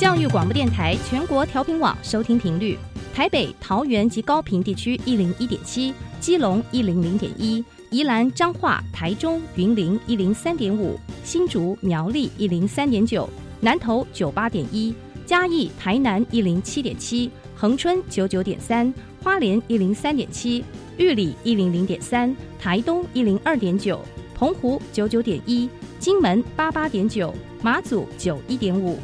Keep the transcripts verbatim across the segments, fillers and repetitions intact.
教育广播电台全国调频网收听频率：台北、桃园及高屏地区一零一点七，基隆一零零点一，宜兰、彰化、台中、云林一零三点五，新竹、苗栗一零三点九，南投九八点一，嘉义、台南一零七点七，恒春九九点三，花莲一零三点七，玉里一零零点三，台东一零二点九，澎湖九九点一，金门八八点九，马祖九一点五。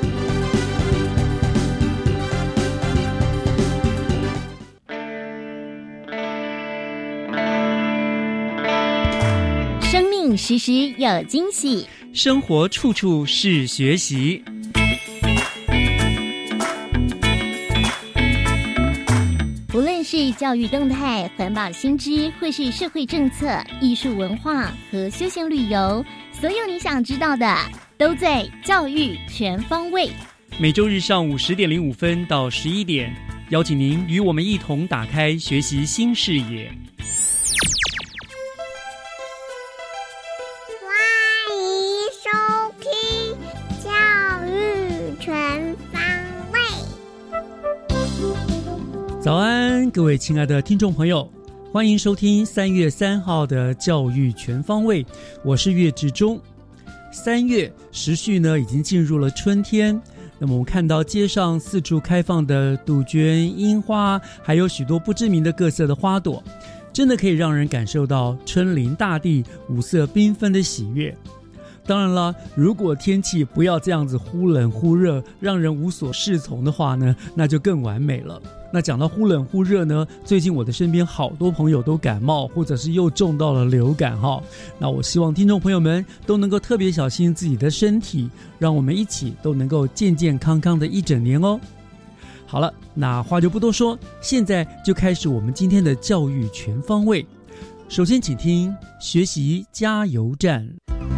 生命时时有惊喜， 生活处处是学习。 无论是教育动态、环保新知，或是社会政策、艺术文化和休闲旅游，所有你想知道的，都在教育全方位。 每周日上午十点零五分到十一点，邀请您与我们一同打开学习新视野。 欢迎收听教育全方位。 早安，各位亲爱的听众朋友，欢迎收听三月三号的教育全方位，我是岳志忠。三月时序呢已经进入了春天，那么我们看到街上四处开放的杜鹃、樱花，还有许多不知名的各色的花朵，真的可以让人感受到春临大地、五色缤纷的喜悦。当然了，如果天气不要这样子忽冷忽热，让人无所适从的话呢，那就更完美了。那讲到忽冷忽热呢，最近我的身边好多朋友都感冒，或者是又中到了流感哈。那我希望听众朋友们都能够特别小心自己的身体，让我们一起都能够健健康康的一整年哦。好了，那话就不多说，现在就开始我们今天的教育全方位。首先请听学习加油站。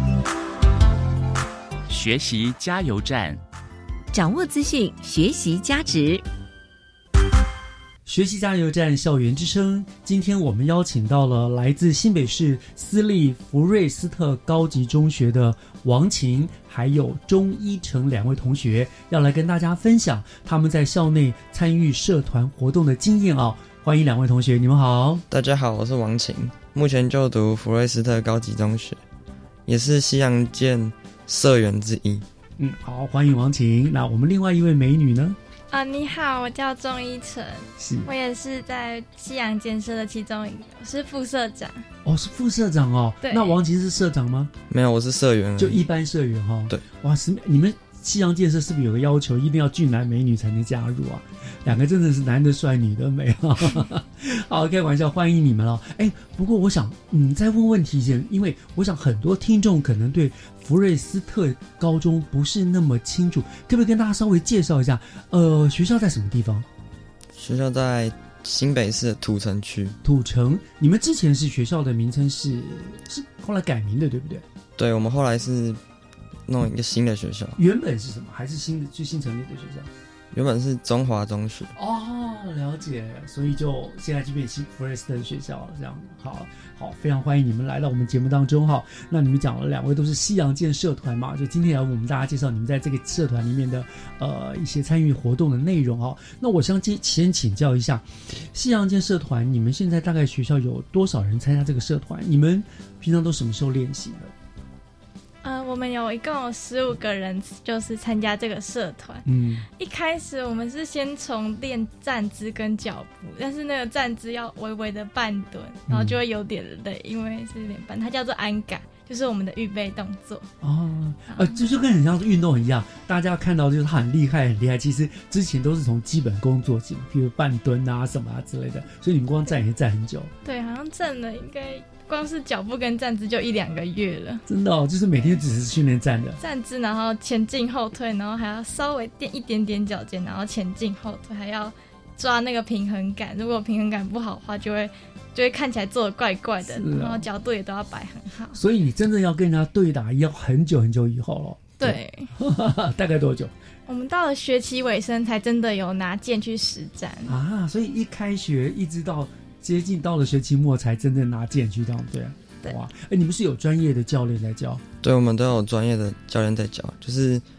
学习加油站， 掌握资讯，学习价值。 学习加油站校园之声，今天我们邀请到了来自新北市私立福瑞斯特高级中学的王晴还有钟一成两位同学，要来跟大家分享他们在校内参与社团活动的经验哦。欢迎两位同学，你们好。 大家好，我是王晴，目前就读福瑞斯特高级中学，也是西洋舰社员之一。 嗯，好，欢迎王晴。那我们另外一位美女呢？ 啊、呃，你好，我叫钟一成，是我也是在西洋建设的其中一个，我是副社长。 哦，是副社长哦。 对。 那王晴是社长吗？ 没有，我是社员， 就一般社员哈、哦。 对。 哇，是你们西洋建设是不是有个要求，一定要俊男美女才能加入啊？两个真的是男的帅，女的美啊！好，开玩笑，欢迎你们了。哎，不过我想，嗯，再问问题先，因为我想很多听众可能对福瑞斯特高中不是那么清楚，可不可以跟大家稍微介绍一下？呃，学校在什么地方？ 学校在新北市的土城区。 土城，你们之前是学校的名称是是后来改名的，对不对？ 对，我们后来是弄一个新的学校。 原本是什么？还是新的就新成立的学校？ 原本是中华中学。 哦，了解，所以就现在就变成福瑞斯特的学校了，这样。好好，非常欢迎你们来到我们节目当中哈。那你们讲了两位都是西洋舰社团嘛，就今天来为我们大家介绍你们在这个社团里面的呃一些参与活动的内容哈。那我想先请教一下，西洋舰社团你们现在大概学校有多少人参加这个社团？你们平常都什么时候练习的？ 呃，我们有一共有十五个人，就是参加这个社团。 嗯， 一开始我们是先从练站姿跟脚步，但是那个站姿要微微的半蹲，然后就会有点累，因为是有点半，它叫做安感，就是我们的预备动作。 哦，呃，这就跟很像运动一样，大家看到就是他很厉害很厉害，其实之前都是从基本功做起，比如半蹲啊什么啊之类的，所以你们光站也站很久。 对，好像站了应该。光是脚步跟站姿就一两个月了， 真的哦，就是每天只是训练站的站姿，然后前进后退，然后还要稍微垫一点点脚尖，然后前进后退，还要抓那个平衡感。如果平衡感不好的话，就会就会看起来做得怪怪的，哦、然后角度也都要摆很好。 所以你真的要跟人家对打，要很久很久以后了。 对， 大概多久？ 我们到了学期尾声才真的有拿剑去实战啊，所以一开学一直到。接近到了学期末才真正拿剑去，这样对？ 对。 哇，哎，你们是有专业的教练在教？ 对，我们都有专业的教练在教，就是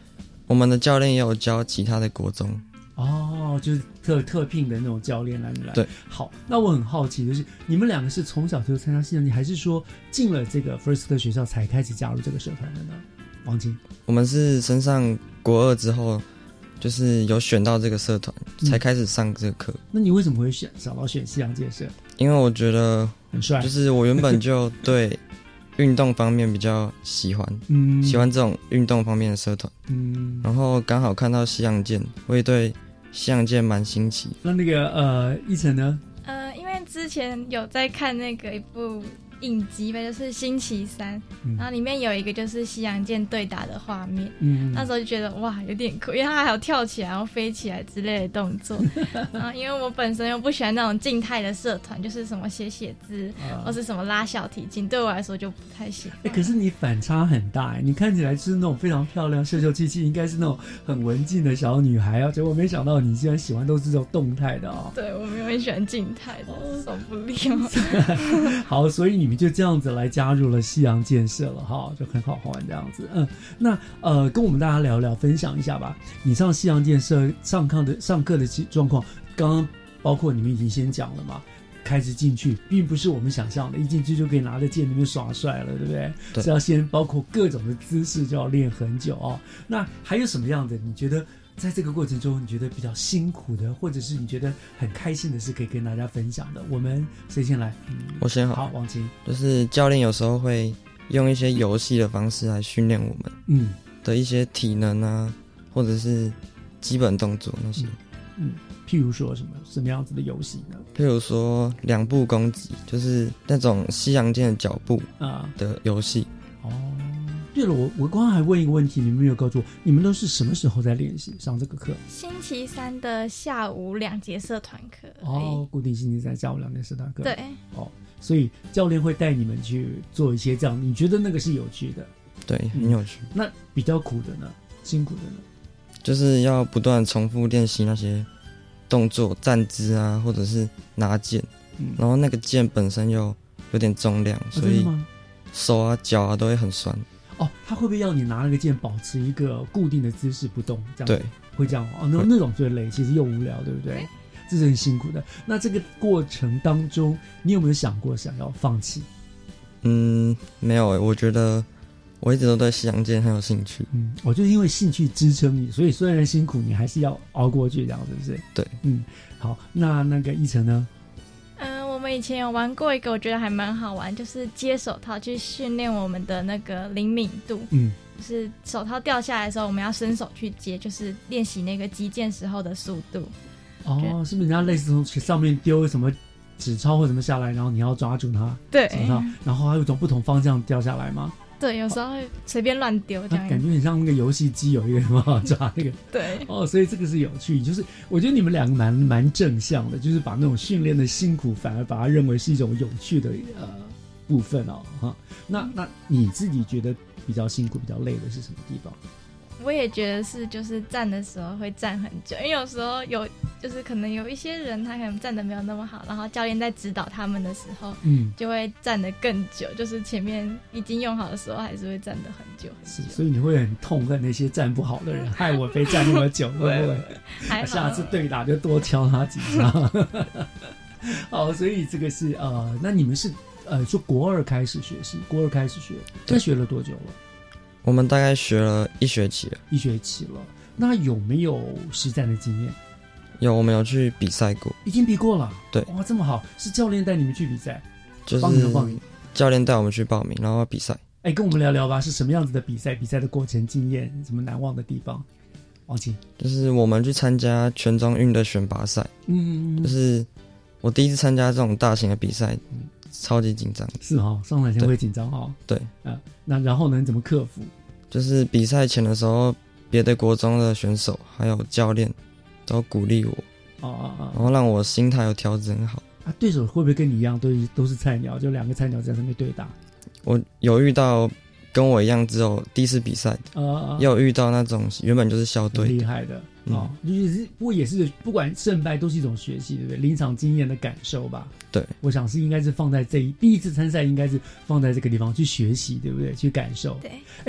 我们的教练也有教其他的国中。 哦，就是特特聘的那种教练来来。 对， 好，那我很好奇，就是你们两个是从小就参加西洋剑，还是说进了这个福瑞斯特学校才开始加入这个社团的呢？王琴， 我们是升上国二之后，就是有选到这个社团， 嗯、 才开始上这个课。 那你为什么会选想到选西洋剑社？ 因为我觉得很帅， 就是我原本就对运动方面比较喜欢， 嗯， 喜欢这种运动方面的社团， 嗯， 然后刚好看到西洋剑，我也对西洋剑蛮新奇。 那那个呃，一晨呢？ 呃，因为之前有在看那个一部影集吧，就是星期三、嗯，然后里面有一个就是西洋剑对打的画面，嗯，那时候就觉得哇有点酷，因为他还有跳起来然后飞起来之类的动作，然后因为我本身又不喜欢那种静态的社团，就是什么写写字、啊、或是什么拉小提琴，对我来说就不太喜欢。 哎、欸，可是你反差很大哎，你看起来就是那种非常漂亮、秀秀气气，应该是那种很文静的小女孩啊，结果没想到你竟然喜欢都是这种动态的哦。 对，我没有很喜欢静态的，哦、受不了。 好，所以你们就这样子来加入了西洋剑社了哈，就很好玩这样子。嗯，那呃，跟我们大家聊聊，分享一下吧。你上西洋剑社上课的上课的状况，刚刚包括你们已经先讲了嘛。开始进去并不是我们想象的，一进去就可以拿着剑那边耍帅了，对不对？ 对， 是要先包括各种的姿势，就要练很久哦。那还有什么样的？你觉得在这个过程中，你觉得比较辛苦的，或者是你觉得很开心的事，可以跟大家分享的？我们谁先来？嗯、 我先好。 好，王琴。 就是教练有时候会用一些游戏的方式来训练我们，嗯，的一些体能啊，或者是基本动作那些， 嗯。嗯譬如说什么什么样子的游戏呢？ 譬如说两步攻击，就是那种西洋剑的脚步啊的游戏。 哦，对了，我我刚刚还问一个问题，你们没有告诉我，你们都是什么时候在练习上这个课？ 星期三的下午两节社团课。 哦，固定星期三下午两节社团课。 对。 哦，所以教练会带你们去做一些这样，你觉得那个是有趣的？ 对，很有趣。 嗯、那比较苦的呢？辛苦的呢？ 就是要不断重复练习那些动作、站姿啊，或者是拿剑、嗯，然后那个剑本身又有点重量， 哦、 所以手啊、脚啊都会很酸。 哦，他会不会要你拿那个剑保持一个固定的姿势不动？这样对， 会这样哦。那那种最累，其实又无聊，对不对？这是很辛苦的。那这个过程当中，你有没有想过想要放弃？ 嗯，没有诶，我觉得。我一直都对西洋剑很有兴趣， 嗯，我就是因为兴趣支撑你，所以虽然辛苦，你还是要熬过去，这样是不是？ 对， 嗯，好，那那个一晨呢？ 嗯、呃，我们以前有玩过一个，我觉得还蛮好玩，就是接手套去训练我们的那个灵敏度，嗯，就是手套掉下来的时候，我们要伸手去接，就是练习那个击剑时候的速度。 哦，是不是人家类似从上面丢什么纸钞或什么下来，然后你要抓住它， 对， 然后还有一种不同方向掉下来吗？ 对，有时候会随便乱丢，这样感觉很像那个游戏机有一个什么抓那个。 对， 哦，所以这个是有趣，就是我觉得你们两个蛮蛮正向的，就是把那种训练的辛苦反而把它认为是一种有趣的呃部分哦，哈。那那你自己觉得比较辛苦、比较累的是什么地方？ 我也觉得是，就是站的时候会站很久，因为有时候有，就是可能有一些人他可能站的没有那么好，然后教练在指导他们的时候，嗯，就会站得更久，就是前面已经用好的时候，还是会站得很久很久。 是，所以你会很痛恨那些站不好的人，害我非站那么久，会不会？ 还好， 下次对打就多敲他几下。好，所以这个是呃，那你们是呃，说国二开始学习，国二开始学，那学了多久了？ 我们大概学了一学期了， 一学期了。那有没有实战的经验？ 有，我们有去比赛过， 已经比过了。 对， 哇，这么好，是教练带你们去比赛， 就是帮你们报名， 教练带我们去报名，然后比赛。 哎，跟我们聊聊吧，是什么样子的比赛？比赛的过程、经验，什么难忘的地方？王琴， 就是我们去参加全中运的选拔赛，嗯，就是我第一次参加这种大型的比赛。嗯，超级紧张， 是哈、哦，上台前会紧张哈。 对， 啊，那然后呢？你怎么克服？ 就是比赛前的时候，别的国中的选手还有教练都鼓励我，哦哦哦，然后让我心态有调整好。 啊，对手会不会跟你一样，都都是菜鸟，就两个菜鸟在上面对打？ 我有遇到跟我一样只有第一次比赛的，啊，也有遇到那种原本就是校队厉害的。哦，就是不过也是不管胜败都是一种学习，对不对？临场经验的感受吧。 对， 我想是应该是放在这一第一次参赛，应该是放在这个地方去学习，对不对？去感受。 对。 哎，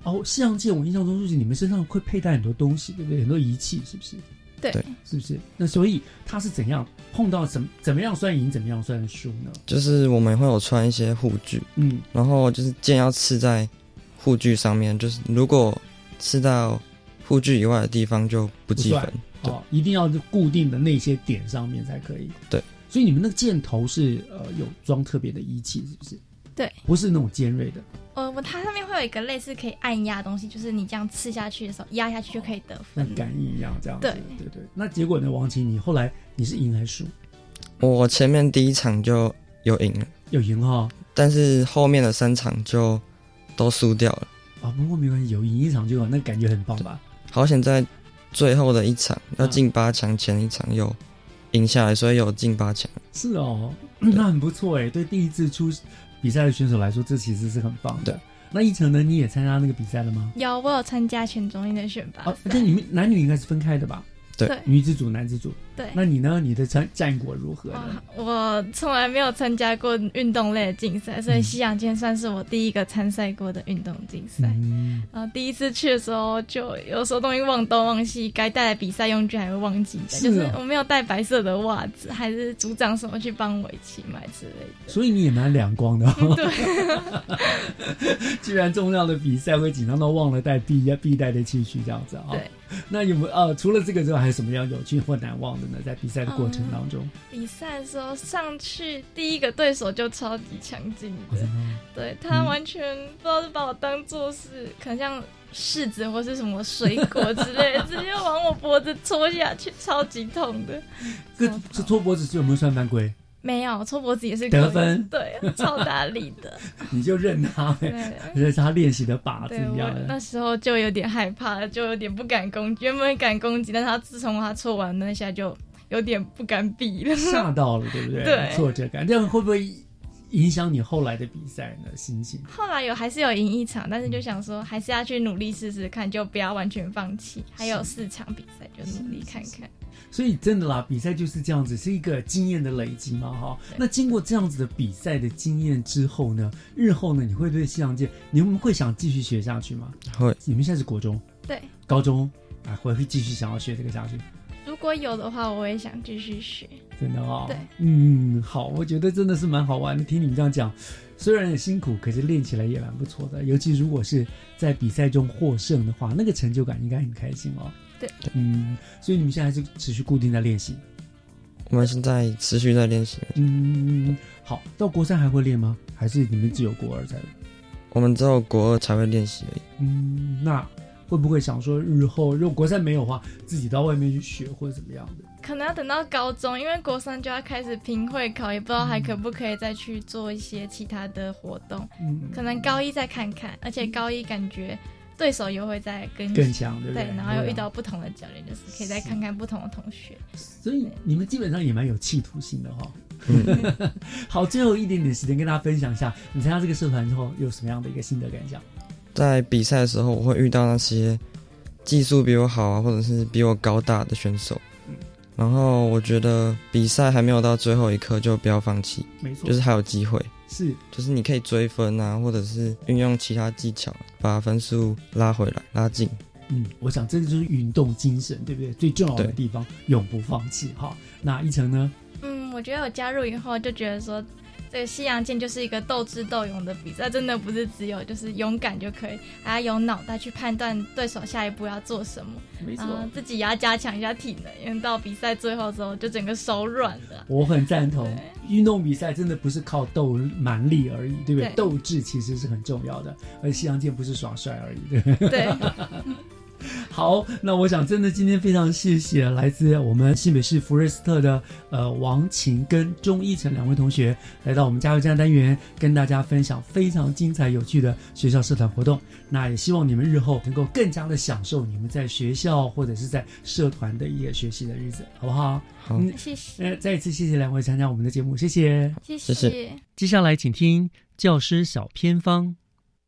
哦，西洋剑我印象中就是你们身上会佩戴很多东西，对不对？很多仪器，是不是？ 对， 是不是？那所以它是怎样碰到怎怎么样算赢，怎么样算输呢？ 就是我们会有穿一些护具，嗯，然后就是剑要刺在护具上面，就是如果刺到护具以外的地方就不计分。 哦，一定要固定的那些点上面才可以。 对， 所以你们那个箭头是呃有装特别的仪器，是不是？ 对， 不是那种尖锐的。 呃，我它上面会有一个类似可以按压的东西，就是你这样刺下去的时候，压下去就可以得分， 像感应一样这样子。 对对对。那结果呢，王琴，你后来你是赢还是输？ 我前面第一场就有赢了， 有赢哈、哦， 但是后面的三场就都输掉了。 啊、哦，不过没关系，有赢一场就好，那感觉很棒吧？ 好险在最后的一场要进八强前一场有赢下来，所以有进八强。 是哦，那很不错哎，对第一次出比赛的选手来说，这其实是很棒的。那一成呢？你也参加那个比赛了吗？ 有，我有参加全中英的选拔赛。 哦，但你们男女应该是分开的吧？ 对， 女子组、男子组。 对， 那你呢？你的战战果如何呢？ 我从来没有参加过运动类的竞赛，所以西洋剑算是我第一个参赛过的运动竞赛。嗯，然后第一次去的时候，就有时候东西忘东忘西，该带的比赛用具还会忘记带，是、哦、就是我没有带白色的袜子，还是组长什么去帮我一起买之类的。 所以你也蛮两光的、哦。 对， 居然重要的比赛会紧张到忘了带必必带的器具这样子啊、哦。 对。 那有没有呃，除了这个之外，还有什么样有趣或难忘的呢？在比赛的过程当中， 嗯、比赛的时候上去第一个对手就超级强劲的，哦、对他完全不知道是把我当作是可能像柿子或是什么水果之类的，直接往我脖子戳下去，超级痛的。 这这戳脖子有没有算犯规？ 没有，戳脖子也是得分， 对，超大力的。 你就认他呗，这是他练习的靶子一样的。 那时候就有点害怕了，就有点不敢攻击，原本敢攻击，但是他自从他戳完那下就有点不敢比了， 吓到了，对不对？ 对， 挫折感，这样会不会影响你后来的比赛呢？心情？ 后来有还是有赢一场，但是就想说还是要去努力试试看，就不要完全放弃。还有四场比赛，就努力看看。 所以真的啦，比赛就是这样子，是一个经验的累积嘛，哈。那经过这样子的比赛的经验之后呢，日后呢，你会对西洋剑，你们会想继续学下去吗？ 会。 你们现在是国中？ 对。 高中啊，会会继续想要学这个下去？ 如果有的话，我也想继续学。 真的哦。 对。 嗯，好，我觉得真的是蛮好玩的。听你们这样讲，虽然很辛苦，可是练起来也蛮不错的。尤其如果是在比赛中获胜的话，那个成就感应该很开心哦。 对， 嗯，所以你们现在还是持续固定在练习？ 我们现在持续在练习。 嗯，好，到国三还会练吗？还是你们只有国二才？ 我们只有国二才会练习而已。 嗯，那会不会想说日后如果国三没有的话，自己到外面去学或者怎么样的？ 可能要等到高中，因为国三就要开始评会考，也不知道还可不可以再去做一些其他的活动。嗯，可能高一再看看，而且高一感觉对手又会再更更强，对不对？ 对，然后又遇到不同的教练，就是可以再看看不同的同学。 所以你们基本上也蛮有企图心的哈、哦。好，最后一点点时间跟大家分享一下，你参加这个社团之后有什么样的一个心得感想？ 在比赛的时候，我会遇到那些技术比我好啊，或者是比我高大的选手。嗯、然后我觉得比赛还没有到最后一刻就不要放弃， 没错， 就是还有机会。 是， 就是你可以追分啊，或者是运用其他技巧把分数拉回来、拉近。 嗯，我想这个就是运动精神，对不对？最重要的地方，永不放弃。好，那一成呢？ 嗯，我觉得我加入以后就觉得说，这个西洋剑就是一个斗智斗勇的比赛，真的不是只有就是勇敢就可以，还要有脑袋去判断对手下一步要做什么。 没错， 嗯、自己也要加强一下体能，因为到比赛最后之后就整个手软了。 我很赞同，运动比赛真的不是靠斗蛮力而已，对不对？ 对， 斗志其实是很重要的，而西洋剑不是耍帅而已，对不对？ 对。 好，那我想真的今天非常谢谢来自我们新北市福瑞斯特的呃王琴跟钟一成两位同学来到我们加油站单元，跟大家分享非常精彩有趣的学校社团活动。那也希望你们日后能够更加的享受你们在学校或者是在社团的一个学习的日子，好不好？ 好，嗯、 谢谢。 呃，再一次谢谢两位参加我们的节目，谢谢， 谢谢。 谢谢。 接下来请听教师小偏方。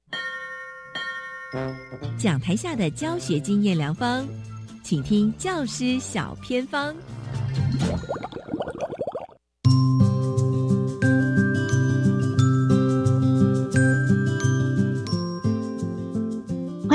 讲台下的教学经验良方，请听教师小偏方。 欢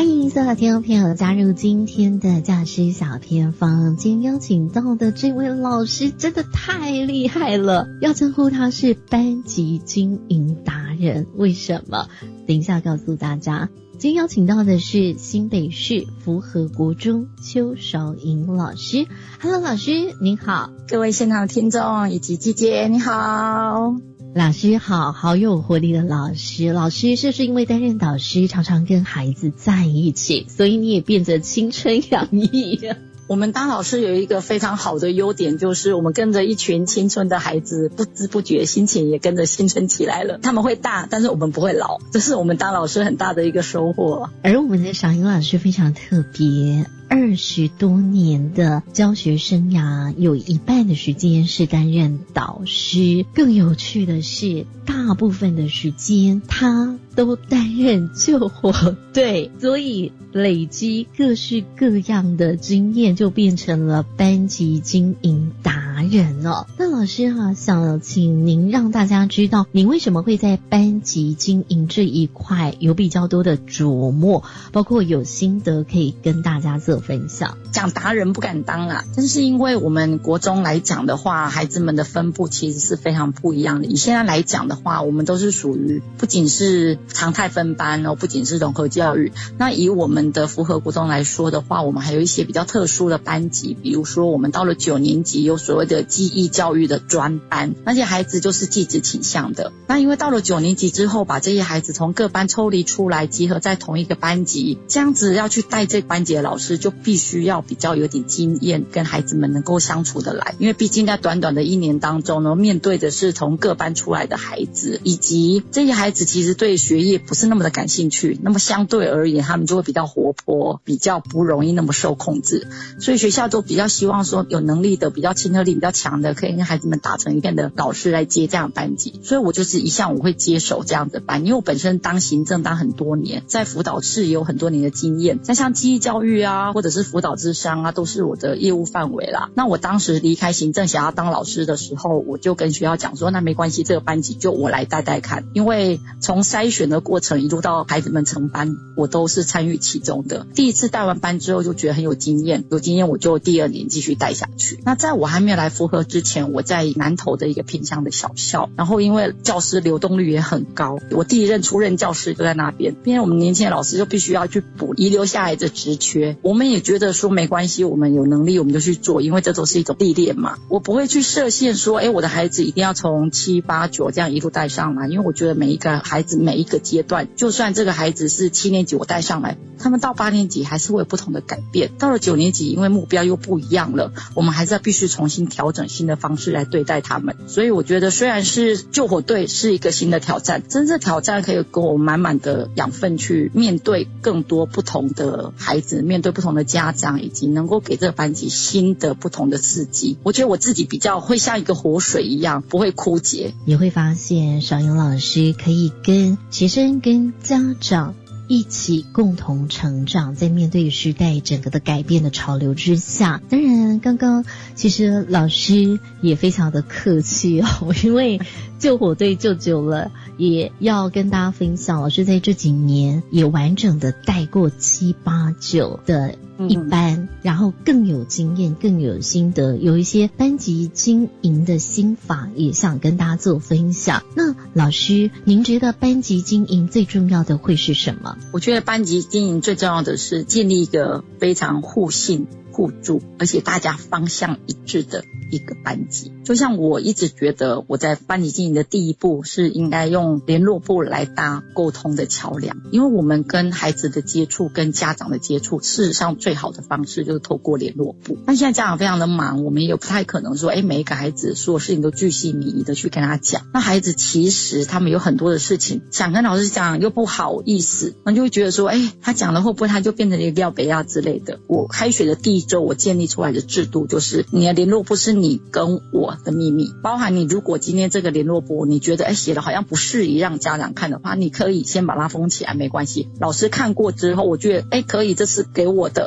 的听众朋友加入今天的教师小偏方，今天邀请到的这位老师真的太厉害了，要称呼他是班级经营达人。为什么？等一下告诉大家。今天邀请到的是新北市福和国中邱韶莹老师。 Hello 老师您好。 各位现场的听众以及季姐你好。 老师好，好有活力的老师。老师是不是因为担任导师常常跟孩子在一起，所以你也变得青春洋溢？ 我们当老师有一个非常好的优点，就是我们跟着一群青春的孩子，不知不觉心情也跟着青春起来了。他们会大，但是我们不会老，这是我们当老师很大的一个收获。 而我们的韶莹老师非常特别，二十多年的教学生涯，有一半的时间是担任导师。更有趣的是，大部分的时间他都担任救火队，所以累积各式各样的经验，就变成了班级经营达人哦。那老师啊，想请您让大家知道，您为什么会在班级经营这一块有比较多的琢磨，包括有心得可以跟大家做分享。 讲达人不敢当啦，但是因为我们国中来讲的话，孩子们的分布其实是非常不一样的。以现在来讲的话，我们都是属于不仅是常态分班哦，不仅是融合教育。那以我们的福和国中来说的话，我们还有一些比较特殊的班级，比如说我们到了九年级有所谓的记忆教育的专班，那些孩子就是技职倾向的。那因为到了九年级之后，把这些孩子从各班抽离出来，集合在同一个班级，这样子要去带这个班级的老师就必须要比较有点经验，跟孩子们能够相处得来。因为毕竟在短短的一年当中呢，面对的是从各班出来的孩子，以及这些孩子其实对学业不是那么的感兴趣，那么相对而言他们就会比较活泼，比较不容易那么受控制。所以学校都比较希望说有能力的、比较亲和力比较强的，可以跟孩子们打成一片的老师来接这样的班级。所以我就是一向我会接手这样的班，因为我本身当行政当很多年，在辅导室也有很多年的经验，像像记忆教育啊，或者是辅导諮商啊，都是我的业务范围啦。那我当时离开行政想要当老师的时候，我就跟学校讲说，那没关系，这个班级就我来带带看，因为从筛选的过程一路到孩子们成班，我都是参与其中的。第一次带完班之后就觉得很有经验，有经验我就第二年继续带下去。那在我还没有来福和之前，我在南投的一个偏乡的小校，然后因为教师流动率也很高，我第一任出任教师就在那边，因为我们年轻的老师就必须要去补遗留下来的职缺。我们也觉得说没关系，我们有能力我们就去做，因为这都是一种历练嘛。我不会去设限说，哎，我的孩子一定要从七八九这样一路带上来，因为我觉得每一个孩子每一个阶段，就算这个孩子是七年级我带上来，他们到八年级还是会有不同的改变。到了九年级，因为目标又不一样了，我们还是要必须重新调整新的方式来对待他们。所以我觉得虽然是救火队是一个新的挑战，真正挑战可以给我满满的养分去面对更多不同的孩子，面对不同的家长，以及能够给这个班级新的不同的刺激。我觉得我自己比较会像一个活水一样，不会枯竭。 也会发现韶莹老师可以跟学生跟家长一起共同成长，在面对时代整个的改变的潮流之下。当然刚刚其实老师也非常的客气哦，因为救火队救久了，也要跟大家分享，老师在这几年也完整的带过七八九的一班、嗯、然后更有经验更有心得，有一些班级经营的心法也想跟大家做分享。那老师您觉得班级经营最重要的会是什么？ 我觉得班级经营最重要的是建立一个非常互信互助，而且大家方向一致的一个班级。就像我一直觉得我在班级经营的第一步是应该用联络部来搭沟通的桥梁，因为我们跟孩子的接触跟家长的接触，事实上最好的方式就是透过联络部。但现在家长非常的忙，我们也不太可能说哎，每一个孩子所有事情都巨细靡遗的去跟他讲。那孩子其实他们有很多的事情想跟老师讲又不好意思，那就会觉得说哎，他讲了会不会他就变成一个廖北亚之类的。我开学的第一周我建立出来的制度就是你的联络部是你跟我的秘密，包含你如果今天这个联络部你觉得哎写的好像不适宜让家长看的话，你可以先把它封起来没关系，老师看过之后我觉得哎可以这是给我的，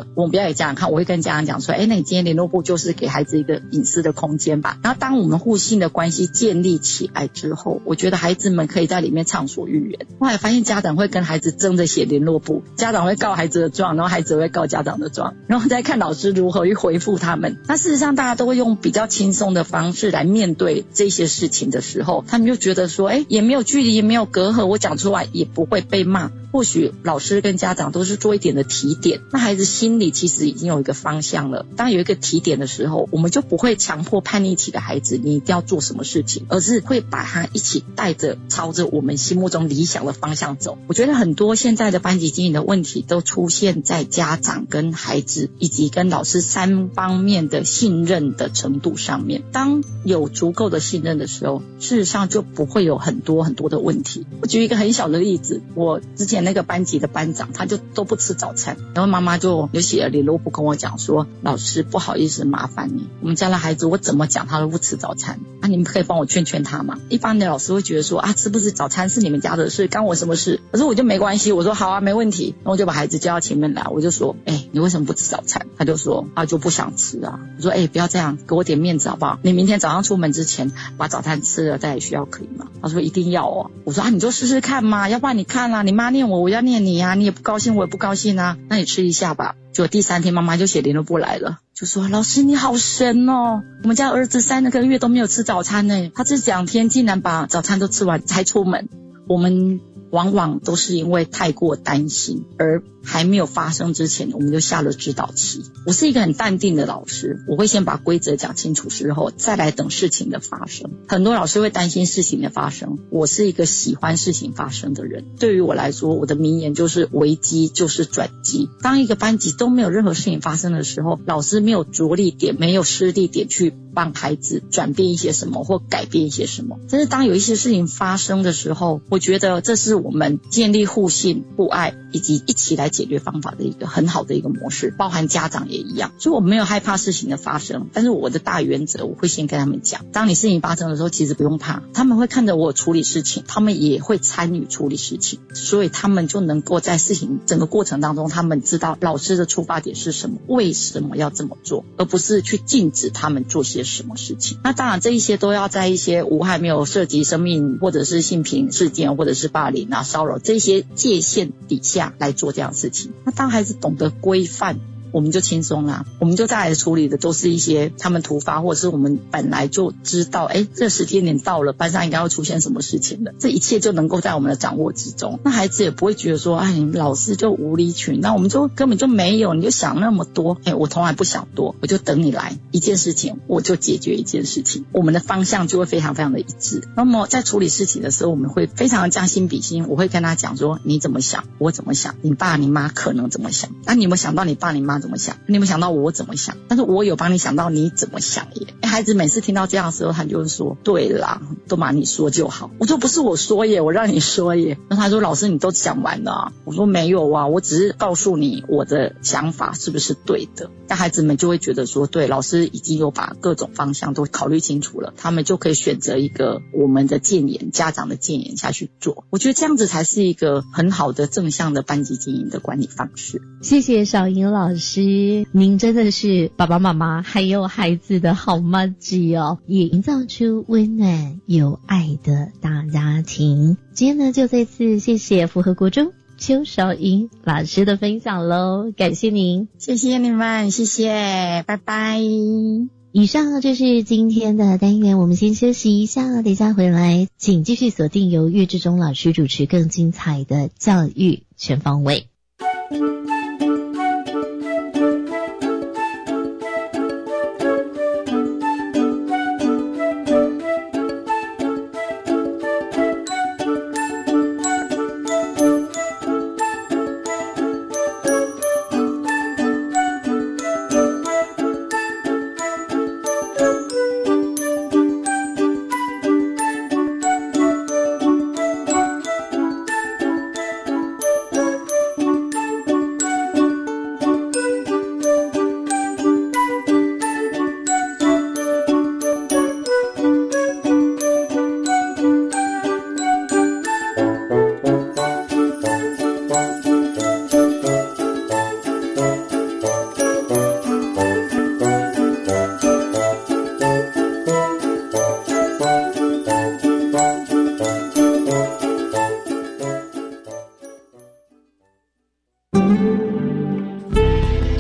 的，我们不要给家长看，我会跟家长讲说，哎，那你今天联络簿就是给孩子一个隐私的空间吧。然后当我们互信的关系建立起来之后，我觉得孩子们可以在里面畅所欲言。后来发现家长会跟孩子争着写联络簿，家长会告孩子的状，然后孩子会告家长的状，然后再看老师如何去回复他们。那事实上大家都会用比较轻松的方式来面对这些事情的时候，他们就觉得说，哎，也没有距离，也没有隔阂，我讲出来也不会被骂。或许老师跟家长都是做一点的提点，那孩子心里其实已经有一个方向了。当有一个提点的时候，我们就不会强迫叛逆期的孩子你一定要做什么事情，而是会把他一起带着朝着我们心目中理想的方向走。我觉得很多现在的班级经营的问题都出现在家长跟孩子以及跟老师三方面的信任的程度上面。当有足够的信任的时候，事实上就不会有很多很多的问题。我举一个很小的例子，我之前那个班级的班长他就都不吃早餐，然后妈妈就有写了联络簿跟我讲说，老师不好意思麻烦你，我们家的孩子我怎么讲他都不吃早餐啊，你们可以帮我劝劝他吗？一般的老师会觉得说啊，吃不吃早餐是你们家的事，干我什么事？可是我就没关系，我说好啊，没问题。然后我就把孩子叫到前面来，我就说，哎，你为什么不吃早餐？他就说他就不想吃啊。我说哎，不要这样，给我点面子好不好？你明天早上出门之前把早餐吃了再来学校可以吗？他说一定要哦。我说啊，你就试试看嘛，要不然你看啊，你妈念我，我要念你啊，你也不高兴我也不高兴啊，那你吃一下吧。结果第三天妈妈就写联络簿来了，就说老师你好神哦，我们家儿子三个月都没有吃早餐呢，他这两天竟然把早餐都吃完才出门。我们往往都是因为太过担心，而还没有发生之前我们就下了指导期。我是一个很淡定的老师，我会先把规则讲清楚之后再来等事情的发生。很多老师会担心事情的发生，我是一个喜欢事情发生的人。对于我来说，我的名言就是危机就是转机。当一个班级都没有任何事情发生的时候，老师没有着力点，没有施力点去帮孩子转变一些什么或改变一些什么。但是当有一些事情发生的时候，我觉得这是我们建立互信互爱以及一起来解决方法的一个很好的一个模式，包含家长也一样。所以我没有害怕事情的发生，但是我的大原则我会先跟他们讲，当你事情发生的时候其实不用怕，他们会看着我处理事情，他们也会参与处理事情，所以他们就能够在事情整个过程当中，他们知道老师的出发点是什么，为什么要这么做，而不是去禁止他们做些什么事情。那当然这一些都要在一些无害没有涉及生命或者是性平事件或者是霸凌啊骚扰这些界限底下来做这样的事情。那当孩子懂得规范，我们就轻松啦，我们就再来处理的都是一些他们突发，或者是我们本来就知道，哎，这时间点到了，班上应该会出现什么事情的，这一切就能够在我们的掌握之中。那孩子也不会觉得说，哎，你们老师就无理取闹，我们就根本就没有，你就想那么多。哎，我从来不想多，我就等你来一件事情，我就解决一件事情，我们的方向就会非常非常的一致。那么在处理事情的时候，我们会非常的将心比心，我会跟他讲说，你怎么想，我怎么想，你爸你妈可能怎么想，那你有没有想到你爸你妈怎么想？你有没有想到我怎么想？但是我有帮你想到你怎么想耶。孩子每次听到这样的时候，他就会说，对啦，都把你说就好。我说不是我说耶，我让你说耶。那他说老师你都讲完了啊。我说没有啊，我只是告诉你我的想法是不是对的。那孩子们就会觉得说，对，老师已经有把各种方向都考虑清楚了，他们就可以选择一个我们的建言，家长的建言下去做。我觉得这样子才是一个很好的正向的班级经营的管理方式。 谢谢小莹老师，您真的是爸爸妈妈还有孩子的好妈吉哦，也营造出温暖有爱的大家庭。今天呢，就再次谢谢福和国中邱小莹老师的分享咯，感谢您。 谢谢你们，谢谢，拜拜。 以上就是今天的单元，我们先休息一下，等一下回来请继续锁定由岳志忠老师主持更精彩的教育全方位。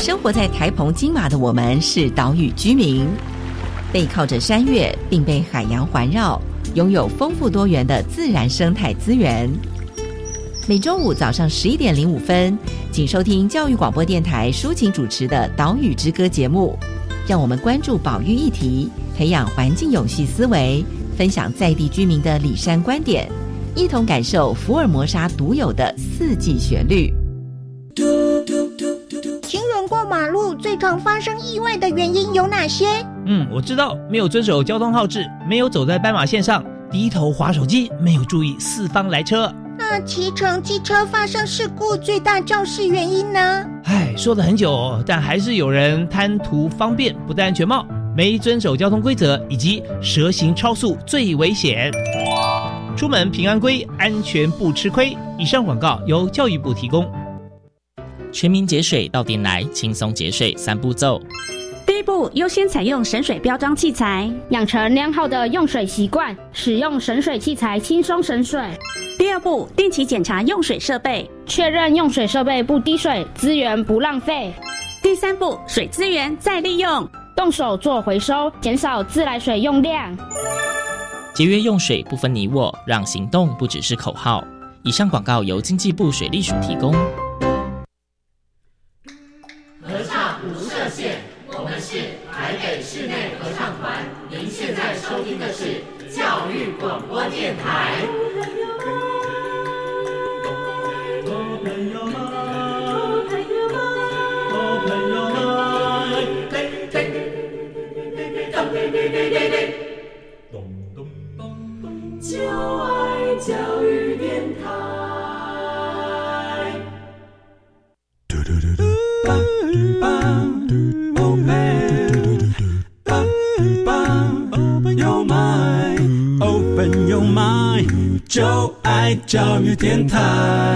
生活在台澎金马的我们是岛屿居民，背靠着山岳，并被海洋环绕，拥有丰富多元的自然生态资源。每周五早上十一点零五分，请收听教育广播电台抒情主持的《岛屿之歌》节目，让我们关注保育议题，培养环境永续思维，分享在地居民的里山观点，一同感受福尔摩沙独有的四季旋律。 行人过马路最常发生意外的原因有哪些？ 嗯，我知道，没有遵守交通号志，没有走在斑马线上，低头滑手机，没有注意四方来车。 那骑乘机车发生事故最大肇事原因呢？ 唉，说了很久，但还是有人贪图方便，不戴安全帽，没遵守交通规则，以及蛇行超速最危险。出门平安归，安全不吃亏。以上广告由教育部提供。 全民节水到点来，轻松节水三步骤。 第一步，优先采用省水标章器材，养成良好的用水习惯，使用省水器材轻松省水。第二步，定期检查用水设备，确认用水设备不滴水，资源不浪费。第三步，水资源再利用，动手做回收，减少自来水用量。 节约用水不分你我，让行动不只是口号。以上广告由经济部水利署提供。 合唱无设限，我们是台北室内合唱团。您现在收听的是教育广播电台。就爱教育电台。Open your mind, open your mind， 就爱教育电台。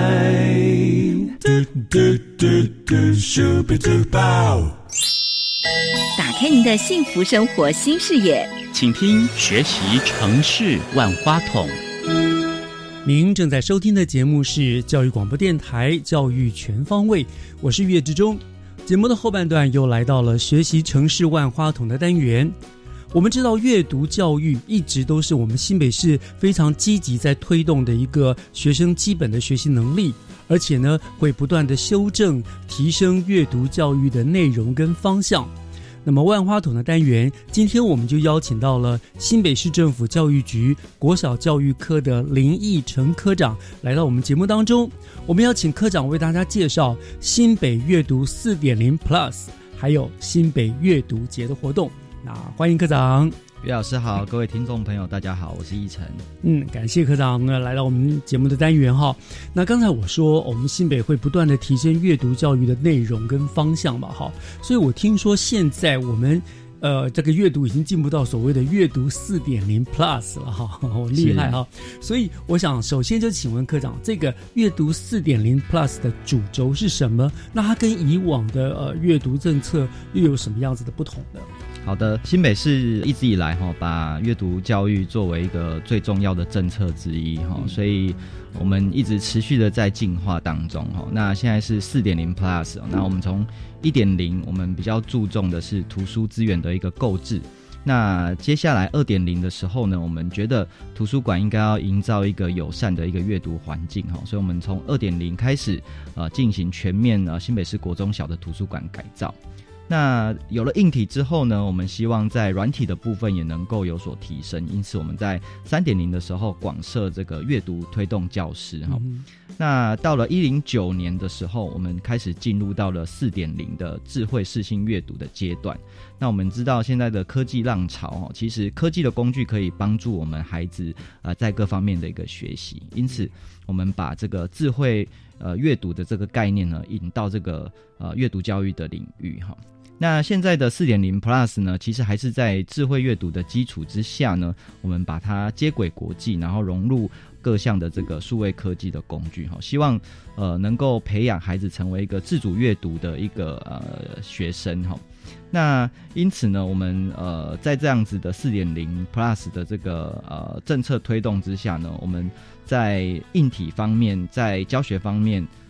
打开您的幸福生活新视野， 请听学习城市万花筒。 您正在收听的节目是教育广播电台教育全方位，我是岳志忠。节目的后半段又来到了学习城市万花筒的单元。我们知道阅读教育一直都是我们新北市非常积极在推动的一个学生基本的学习能力，而且呢会不断的修正提升阅读教育的内容跟方向。那么万花筒的单元，今天我们就邀请到了新北市政府教育局国小教育科的林义成科长来到我们节目当中。我们要请科长为大家介绍新北阅读 四点零 Plus 还有新北阅读节的活动。那欢迎科长。 岳老师好，各位听众朋友大家好，我是义成。 嗯，感谢科长呢来到我们节目的单元哈。那刚才我说我们新北会不断的提升阅读教育的内容跟方向嘛哈，所以我听说现在我们呃这个阅读已经进步到所谓的阅读 四点零 Plus 了哈，好厉害哈。所以我想首先就请问科长，这个阅读 四点零 Plus 的主轴是什么？那它跟以往的呃阅读政策又有什么样子的不同呢？ 好的，新北市一直以来哈，把阅读教育作为一个最重要的政策之一哈，所以我们一直持续的在进化当中哈。那现在是 四点零 Plus， 那我们从 一点零 我们比较注重的是图书资源的一个购置。那接下来 二点零 的时候呢，我们觉得图书馆应该要营造一个友善的一个阅读环境哈，所以我们从 二点零 开始呃进行全面呃新北市国中小的图书馆改造。那有了硬体之后呢，我们希望在软体的部分也能够有所提升，因此我们在 三点零 的时候广设这个阅读推动教室、嗯、那到了一零九年的时候，我们开始进入到了 四点零 的智慧视性阅读的阶段。那我们知道现在的科技浪潮，其实科技的工具可以帮助我们孩子、呃、在各方面的一个学习，因此我们把这个智慧呃阅读的这个概念呢引到这个呃阅读教育的领域哈。那现在的 四点零 Plus 呢，其实还是在智慧阅读的基础之下呢，我们把它接轨国际，然后融入各项的这个数位科技的工具，希望呃能够培养孩子成为一个自主阅读的一个呃学生哈。那因此呢，我们呃在这样子的 四点零 Plus 的这个呃政策推动之下呢，我们在硬体方面，在教学方面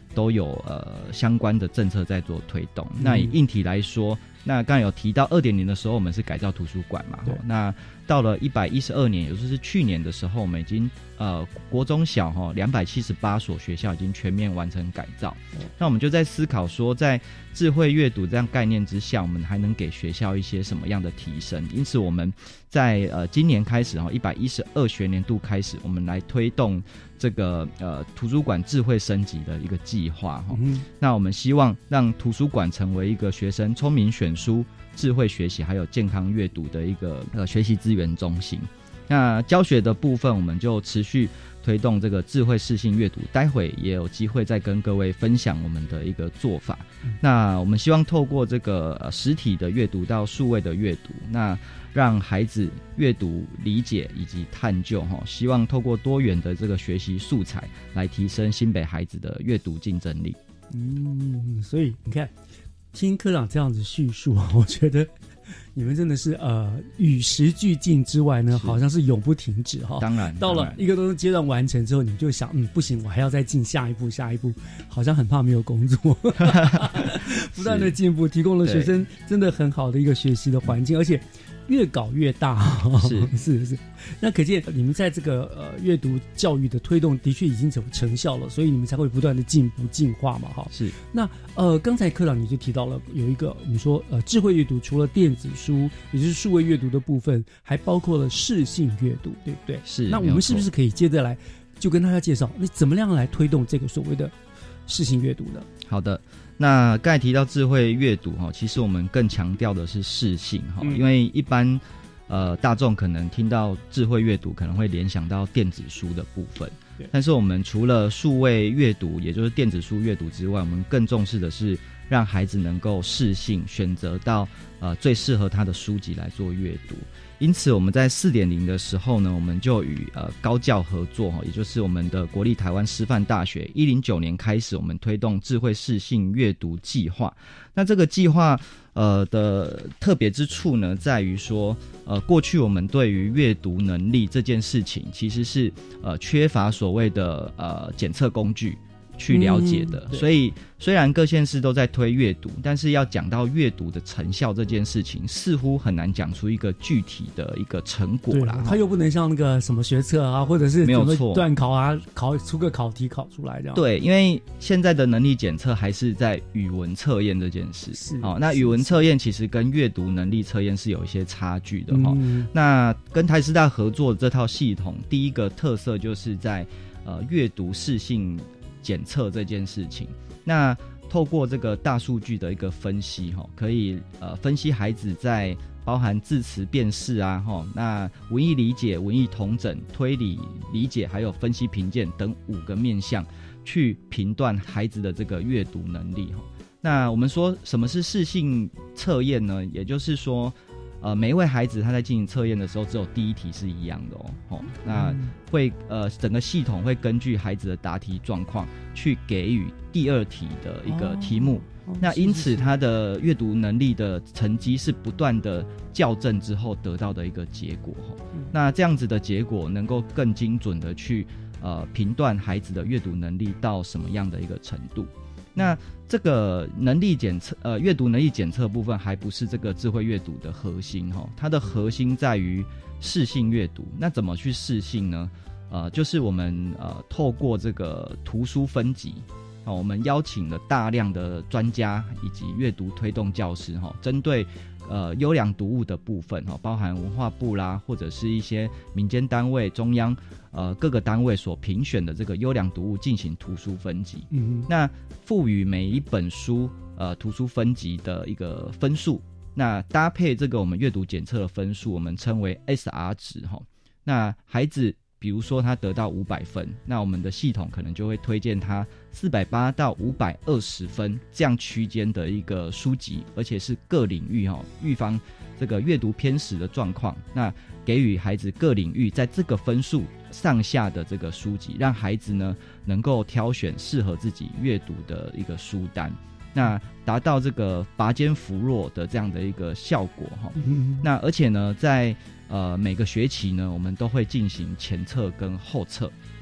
都有呃相关的政策在做推动。那以硬体来说，那刚才有提到 二点零 的时候，我们是改造图书馆嘛，那到了一百一十二年，也就是去年的时候，我们已经呃国中小哈两百七十八所学校已经全面完成改造。那我们就在思考说，在智慧阅读这样概念之下，我们还能给学校一些什么样的提升？因此我们在呃今年开始哈一百一十二学年度开始，我们来推动这个呃图书馆智慧升级的一个计划哈。嗯、那我们希望让图书馆成为一个学生聪明选书、智慧学习还有健康阅读的一个呃学习资源中心。那教学的部分，我们就持续推动这个智慧视性阅读，待会也有机会再跟各位分享我们的一个做法。嗯、那我们希望透过这个、呃、实体的阅读到数位的阅读，那让孩子阅读理解以及探究齁，希望透过多元的这个学习素材来提升新北孩子的阅读竞争力。 嗯，所以你看听科长这样子叙述，我觉得你们真的是呃与时俱进之外呢，好像是永不停止哈。 当然， 到了一个东西阶段完成之后，你们就想，嗯，不行，我还要再进下一步，下一步，好像很怕没有工作，不断的进步，提供了学生真的很好的一个学习的环境，而且越搞越大，是是是。那可见你们在这个呃阅读教育的推动的确已经有成效了，所以你们才会不断的进步进化嘛，哈。 是。 那呃刚才科长你就提到了有一个我们说呃智慧阅读，除了电子书也就是数位阅读的部分，还包括了视性阅读，对不对？ 是。 那我们是不是可以接着来就跟大家介绍，你怎么样来推动这个所谓的视性阅读呢？ 好的。那刚才提到智慧阅读哈，其实我们更强调的是视性哈，嗯、因为一般呃大众可能听到智慧阅读，可能会联想到电子书的部分。但是我们除了数位阅读，也就是电子书阅读之外，我们更重视的是让孩子能够视性选择到呃最适合他的书籍来做阅读。因此我们在 四点零 的时候呢，我们就与呃高教合作，也就是我们的国立台湾师范大学一零九年开始，我们推动智慧视性阅读计划。那这个计划呃的特别之处呢，在于说呃过去我们对于阅读能力这件事情其实是呃缺乏所谓的呃检测工具去了解的，嗯、所以虽然各县市都在推阅读，但是要讲到阅读的成效这件事情，似乎很难讲出一个具体的一个成果啦。 它又不能像那个什么学测啊，或者是什么段考啊，考出个考题考出来这样。 对，因为现在的能力检测还是在语文测验这件事。 是哦，那语文测验其实跟阅读能力测验是有一些差距的哈。嗯、那跟台师大合作的这套系统，第一个特色就是在呃阅读视性检测这件事情，那透过这个大数据的一个分析，可以呃分析孩子在包含字词辨识啊，那文意理解、文意统整、推理理解，还有分析评鉴等五个面向，去评断孩子的这个阅读能力。那我们说什么是视性测验呢？也就是说呃，每一位孩子他在进行测验的时候，只有第一题是一样的哦。哦那会呃，整个系统会根据孩子的答题状况去给予第二题的一个题目。哦哦、那因此，他的阅读能力的成绩是不断的校正之后得到的一个结果。哦嗯、那这样子的结果能够更精准的去呃评断孩子的阅读能力到什么样的一个程度。那这个能力检测，呃，阅读能力检测部分还不是这个智慧阅读的核心哈，它的核心在于视性阅读。那怎么去视性呢？呃，就是我们呃透过这个图书分级，哦，我们邀请了大量的专家以及阅读推动教师哈，针对呃优良读物的部分哈，包含文化部啦，或者是一些民间单位、中央。呃，各个单位所评选的这个优良读物进行图书分级，嗯，那赋予每一本书呃图书分级的一个分数，那搭配这个我们阅读检测的分数，我们称为 S R 值哈。那孩子比如说他得到五百分，那我们的系统可能就会推荐他四百八到五百二十分这样区间的一个书籍，而且是各领域哈，预防这个阅读偏食的状况，那给予孩子各领域在这个分数上下的这个书籍，让孩子呢能够挑选适合自己阅读的一个书单，那达到这个拔尖扶弱的这样的一个效果哈。嗯、那而且呢，在呃每个学期呢，我们都会进行前测跟后测。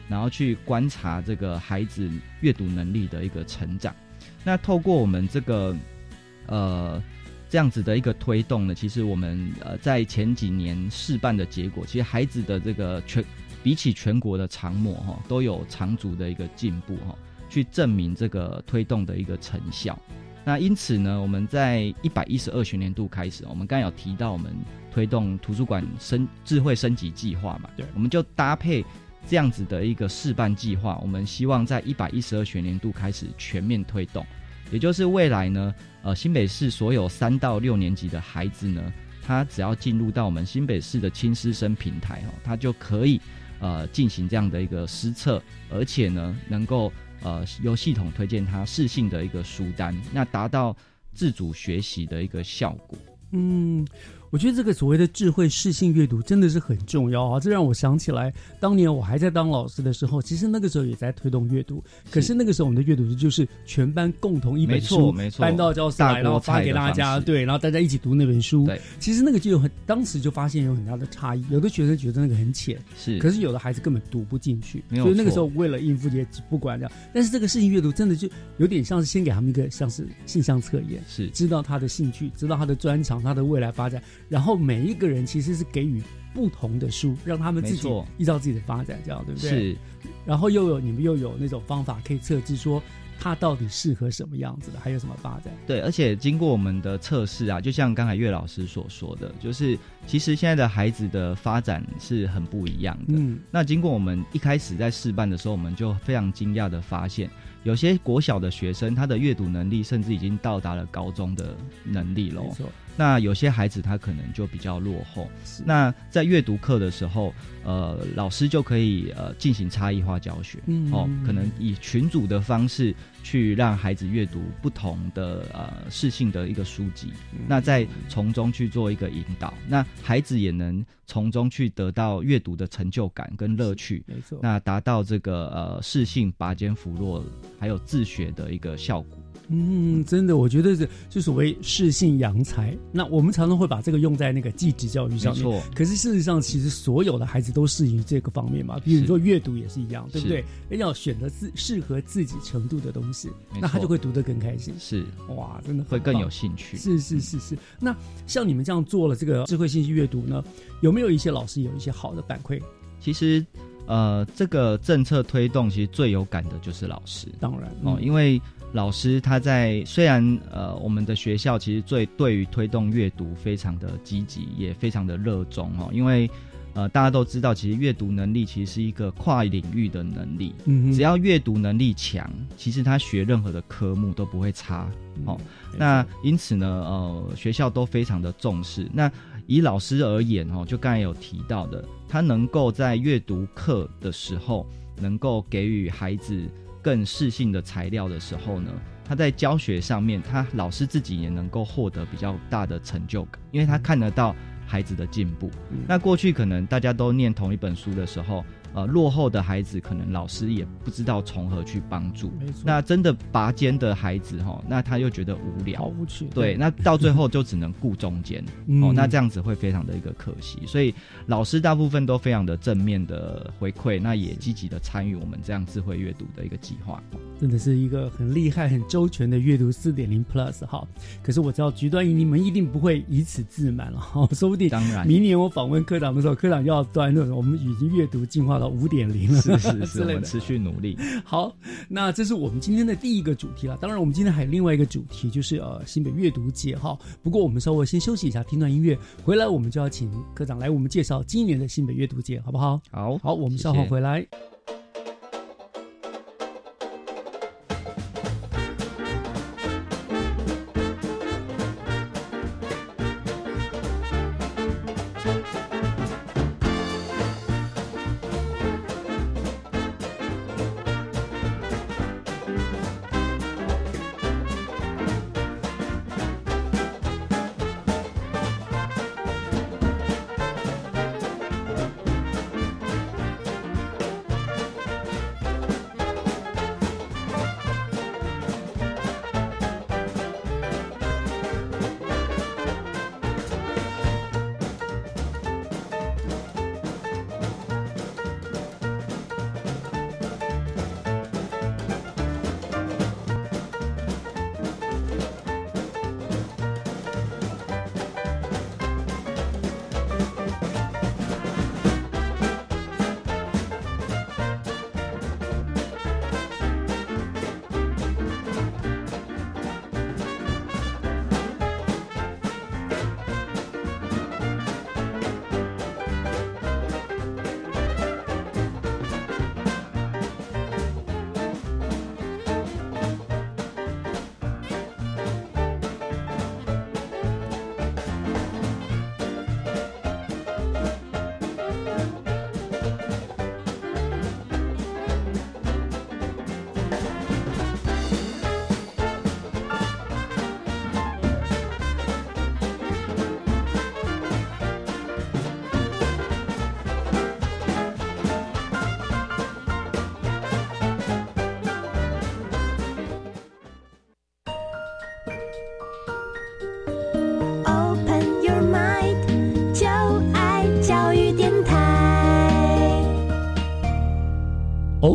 然后去观察这个孩子阅读能力的一个成长。那透过我们这个呃这样子的一个推动呢，其实我们呃在前几年试办的结果，其实孩子的这个全比起全国的常模哈、哦，都有长足的一个进步哈、哦，去证明这个推动的一个成效。那因此呢，我们在一百一十二学年度开始，我们刚才有提到我们推动图书馆升智慧升级计划嘛，对，我们就搭配这样子的一个示范计划，我们希望在一百一十二学年度开始全面推动，也就是未来呢，呃，新北市所有三到六年级的孩子呢，他只要进入到我们新北市的亲师生平台哦，他就可以呃进行这样的一个施测，而且呢，能够呃由系统推荐他适性的一个书单，那达到自主学习的一个效果。 嗯，我觉得这个所谓的智慧适性阅读真的是很重要啊！这让我想起来，当年我还在当老师的时候，其实那个时候也在推动阅读。可是那个时候我们的阅读就是全班共同一本书， 没错， 搬到教室来，然后发给大家，对，然后大家一起读那本书。对，其实那个就有很，当时就发现有很大的差异。有的学生觉得那个很浅，是，可是有的孩子根本读不进去，所以那个时候为了应付也不管这样。但是这个适性阅读真的就有点像是先给他们一个像是性向测验，是知道他的兴趣，知道他的专长，他的未来发展。然后每一个人其实是给予不同的书，让他们自己依照自己的发展，这样对不对？是。然后又有你们又有那种方法可以测知说他到底适合什么样子的，还有什么发展？ 对，而且经过我们的测试啊，就像刚才岳老师所说的，就是其实现在的孩子的发展是很不一样的。嗯，那经过我们一开始在试办的时候，我们就非常惊讶的发现，有些国小的学生他的阅读能力甚至已经到达了高中的能力了。没错。那有些孩子他可能就比较落后，那在阅读课的时候，呃，老师就可以呃进行差异化教学，嗯，哦，可能以群组的方式去让孩子阅读不同的呃适性的一个书籍，嗯，那再从中去做一个引导，那孩子也能从中去得到阅读的成就感跟乐趣，没错，那达到这个呃适性拔尖扶弱还有自学的一个效果。 嗯，真的，我觉得是就所谓适性扬才。那我们常常会把这个用在那个技职教育上面，没错。可是事实上，其实所有的孩子都适应这个方面嘛。比如你说阅读也是一样，对不对？要选择自适合自己程度的东西，那他就会读得更开心。是，哇，真的会更有兴趣。 是是是是。那像你们这样做了这个智慧信息阅读呢，有没有一些老师有一些好的反馈？ 其实。呃，这个政策推动其实最有感的就是老师， 当然、 嗯、哦，因为老师他在虽然呃我们的学校其实最对于推动阅读非常的积极，也非常的热衷哦，因为呃大家都知道，其实阅读能力其实是一个跨领域的能力，嗯，只要阅读能力强，其实他学任何的科目都不会差哦。嗯、那因此呢，呃，学校都非常的重视。那以老师而言哦，就刚才有提到的，他能够在阅读课的时候，能够给予孩子更适性的材料的时候呢，他在教学上面，他老师自己也能够获得比较大的成就感，因为他看得到孩子的进步。嗯、那过去可能大家都念同一本书的时候，呃，落后的孩子可能老师也不知道从何去帮助。那真的拔尖的孩子哈，那他又觉得无聊， 跑不去。 对，那到最后就只能顾中间、嗯、哦，那这样子会非常的一个可惜。所以老师大部分都非常的正面的回馈，那也积极的参与我们这样智慧阅读的一个计划。 真的是一个很厉害、很周全的阅读 四点零 Plus 哈。可是我知道局端你们一定不会以此自满了哈，说不定当然明年我访问科长的时候，科长要端论我们已经阅读进化到五点零了， 是是是，我们持续努力。 好，那这是我们今天的第一个主题了。当然，我们今天还有另外一个主题，就是呃新北阅读节哈。不过我们稍微先休息一下，听段音乐，回来我们就要请科长来我们介绍今年的新北阅读节，好不好？ 好， 好，我们稍后回来。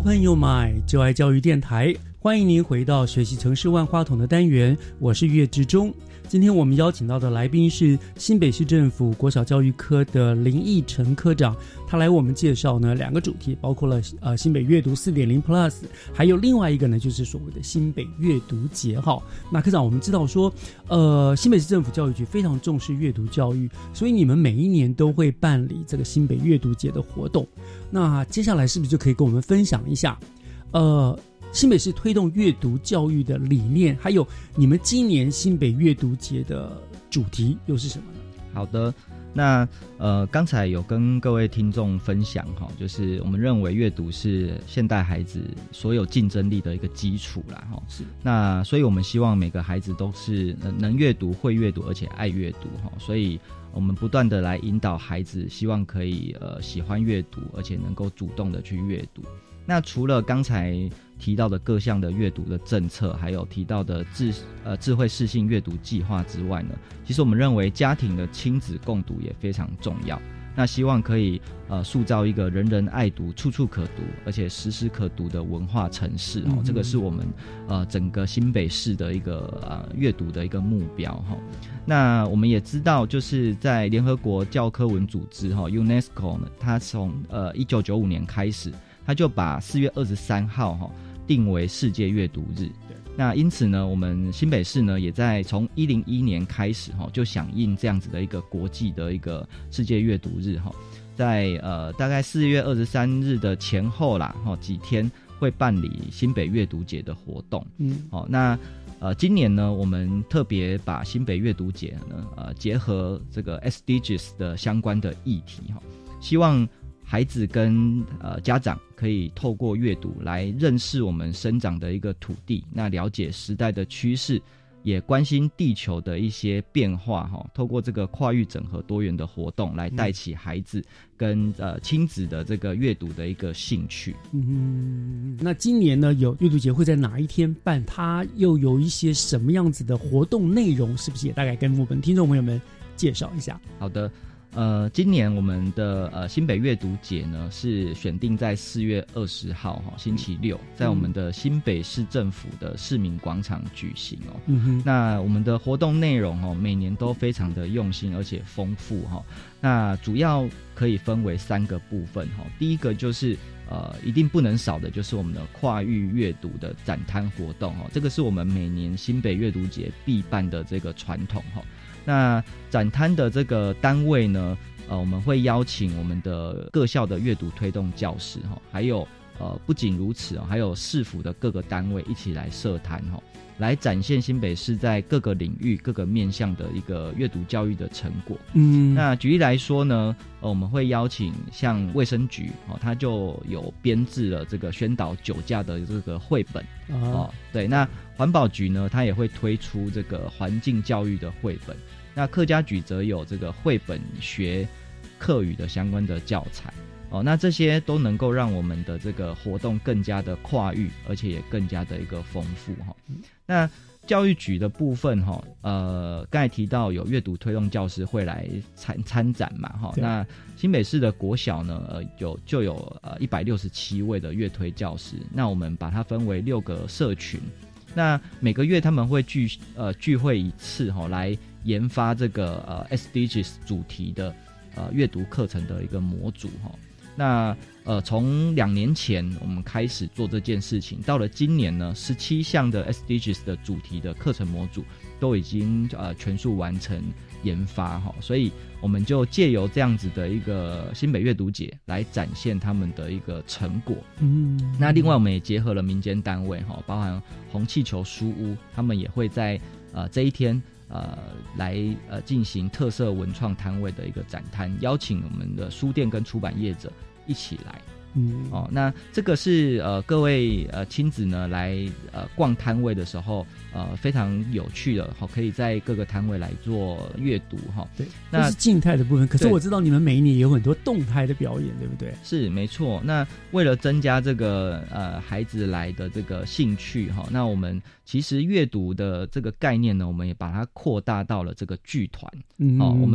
朋友们，就爱教育电台，欢迎您回到学习城市万花筒的单元，我是岳志忠。今天我们邀请到的来宾是新北市政府国小教育科的林义成科长，他来为我们介绍呢两个主题，包括了呃新北阅读 四点零 Plus， 还有另外一个呢就是所谓的新北阅读节哈。那科长，我们知道说呃新北市政府教育局非常重视阅读教育，所以你们每一年都会办理这个新北阅读节的活动。那接下来是不是就可以跟我们分享一下呃新北市推动阅读教育的理念，还有你们今年新北阅读节的主题又是什么呢？ 好的，那呃刚才有跟各位听众分享哈，就是我们认为阅读是现代孩子所有竞争力的一个基础啦哈。是。那所以我们希望每个孩子都是能阅读、会阅读，而且爱阅读哈。所以我们不断的来引导孩子，希望可以呃喜欢阅读，而且能够主动的去阅读。那除了刚才提到的各项的阅读的政策，还有提到的智呃智慧适性阅读计划之外呢，其实我们认为家庭的亲子共读也非常重要。那希望可以呃塑造一个人人爱读、处处可读，而且时时可读的文化城市哦。嗯、这个是我们呃整个新北市的一个呃阅读的一个目标哈。那我们也知道，就是在联合国教科文组织哈 UNESCO 呢，它从呃一九九五年开始，它就把四月二十三号哈定为世界阅读日。那因此呢，我们新北市呢也在从一零一年开始哈，就响应这样子的一个国际的一个世界阅读日哈，在呃大概四月二十三日的前后啦哈几天会办理新北阅读节的活动。嗯，好，那呃今年呢，我们特别把新北阅读节呢呃结合这个 S D Gs 的相关的议题哈，希望孩子跟呃家长可以透过阅读来认识我们生长的一个土地，那了解时代的趋势，也关心地球的一些变化哈。透过这个跨域整合多元的活动，来带起孩子跟呃亲子的这个阅读的一个兴趣。 嗯，那今年呢有阅读节会在哪一天办？它又有一些什么样子的活动内容？是不是也大概跟我们听众朋友们介绍一下？ 好的。呃，今年我们的呃新北阅读节呢是选定在四月二十号哈星期六，在我们的新北市政府的市民广场举行哦。嗯哼，那我们的活动内容哦，每年都非常的用心而且丰富哈。那主要可以分为三个部分哈。第一个就是呃一定不能少的就是我们的跨域阅读的展摊活动哈，这个是我们每年新北阅读节必办的这个传统哈。那展摊的这个单位呢，呃，我们会邀请我们的各校的阅读推动教师哈，还有呃，不仅如此还有市府的各个单位一起来设摊哈，来展现新北市在各个领域、各个面向的一个阅读教育的成果。嗯，那举例来说呢，呃，我们会邀请像卫生局哦，它就有编制了这个宣导酒驾的这个绘本哦。对，那环保局呢，它也会推出这个环境教育的绘本。那客家局则有这个绘本学客语的相关的教材哦，那这些都能够让我们的这个活动更加的跨域，而且也更加的一个丰富哈。那教育局的部分哈，呃，刚才提到有阅读推动教师会来参参展嘛哈，那新北市的国小呢，呃，有就有呃一百六十七位的阅推教师，那我们把它分为六个社群，那每个月他们会聚呃聚会一次哈，来研发这个呃 S D Gs 主题的呃阅读课程的一个模组哈。那呃从两年前我们开始做这件事情，到了今年呢，十七项的 S D Gs 的主题的课程模组都已经呃全数完成研发哈，所以我们就借由这样子的一个新北阅读节来展现他们的一个成果。嗯，那另外我们也结合了民间单位哈，包含红气球书屋，他们也会在呃这一天呃来呃进行特色文创摊位的一个展摊，邀请我们的书店跟出版业者一起来。嗯，哦，那这个是呃各位呃亲子呢来呃逛摊位的时候呃非常有趣的，好、哦，可以在各个摊位来做阅读哈、哦。对， 那是静态的部分，可是我知道你们每一年也有很多动态的表演，对不对？ 是没错。那为了增加这个呃孩子来的这个兴趣哈、哦，那我们其实阅读的这个概念呢，我们也把它扩大到了这个剧团。嗯，哦，我们